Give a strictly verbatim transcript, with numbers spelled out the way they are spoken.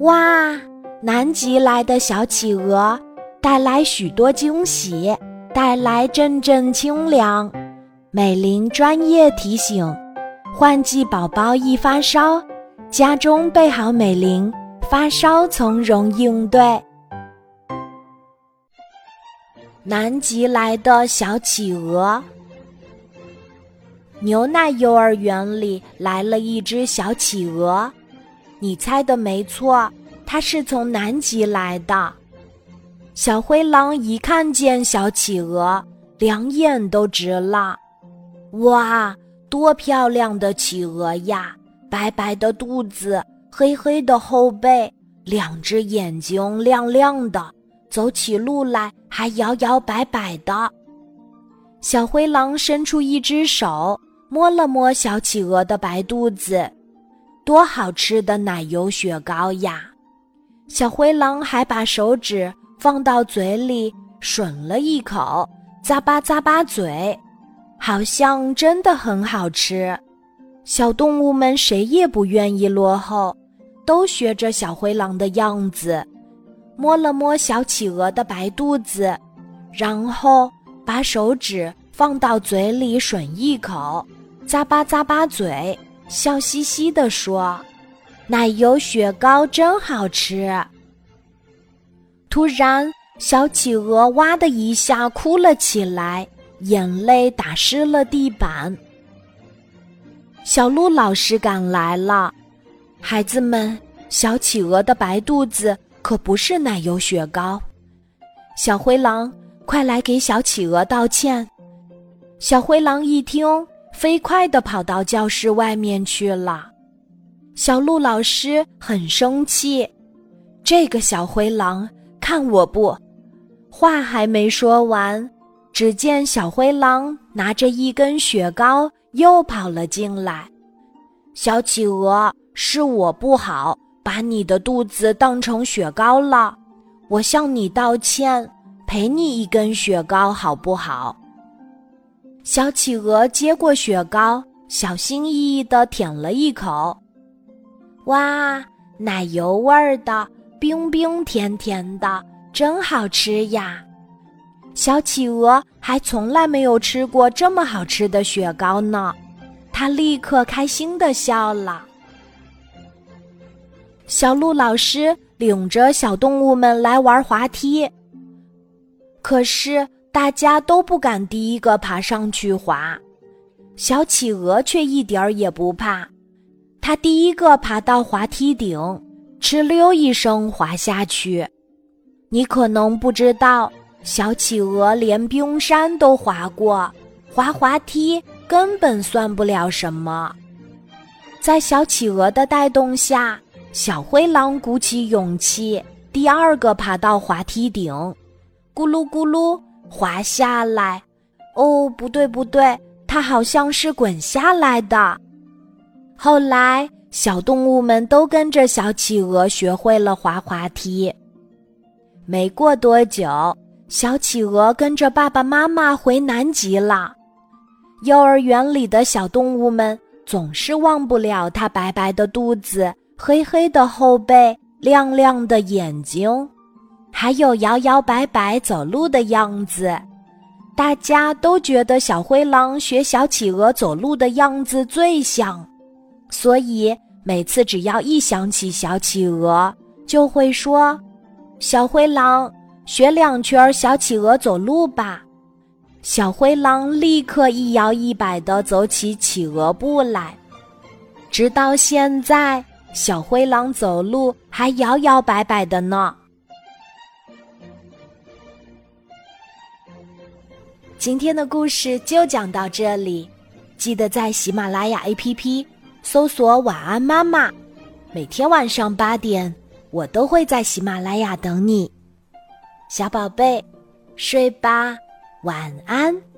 哇，南极来的小企鹅带来许多惊喜，带来阵阵清凉。美玲专业提醒，换季宝宝易发烧，家中备好美玲，发烧从容应对。南极来的小企鹅。牛奶幼儿园里来了一只小企鹅，你猜的没错，它是从南极来的。小灰狼一看见小企鹅，两眼都直了。哇，多漂亮的企鹅呀！白白的肚子，黑黑的后背，两只眼睛亮亮的，走起路来还摇摇摆摆的。小灰狼伸出一只手，摸了摸小企鹅的白肚子，多好吃的奶油雪糕呀！小灰狼还把手指放到嘴里吮了一口，咂巴咂巴嘴，好像真的很好吃。小动物们谁也不愿意落后，都学着小灰狼的样子，摸了摸小企鹅的白肚子，然后把手指放到嘴里吮一口，咂巴咂巴嘴，笑嘻嘻地说：“奶油雪糕真好吃。”突然，小企鹅哇的一下哭了起来，眼泪打湿了地板。小鹿老师赶来了，孩子们，小企鹅的白肚子可不是奶油雪糕。小灰狼，快来给小企鹅道歉。小灰狼一听，飞快地跑到教室外面去了。小鹿老师很生气，这个小灰狼，看我不！话还没说完，只见小灰狼拿着一根雪糕又跑了进来。小企鹅，是我不好，把你的肚子当成雪糕了，我向你道歉，赔你一根雪糕好不好？小企鹅接过雪糕，小心翼翼地舔了一口。哇，奶油味儿的，冰冰甜甜的，真好吃呀！小企鹅还从来没有吃过这么好吃的雪糕呢，它立刻开心地笑了。小鹿老师领着小动物们来玩滑梯，可是大家都不敢第一个爬上去滑，小企鹅却一点儿也不怕，它第一个爬到滑梯顶，哧溜一声滑下去。你可能不知道，小企鹅连冰山都滑过，滑滑梯根本算不了什么。在小企鹅的带动下，小灰狼鼓起勇气，第二个爬到滑梯顶，咕噜咕噜滑下来。哦，不对不对，它好像是滚下来的。后来，小动物们都跟着小企鹅学会了滑滑梯。没过多久，小企鹅跟着爸爸妈妈回南极了。幼儿园里的小动物们总是忘不了它白白的肚子，黑黑的后背，亮亮的眼睛，还有摇摇摆摆走路的样子。大家都觉得小灰狼学小企鹅走路的样子最像，所以每次只要一想起小企鹅，就会说：“小灰狼，学两圈小企鹅走路吧。”小灰狼立刻一摇一摆地走起企鹅步来。直到现在，小灰狼走路还摇摇摆摆的呢。今天的故事就讲到这里，记得在喜马拉雅 A P P 搜索晚安妈妈，每天晚上八点，我都会在喜马拉雅等你。小宝贝，睡吧，晚安。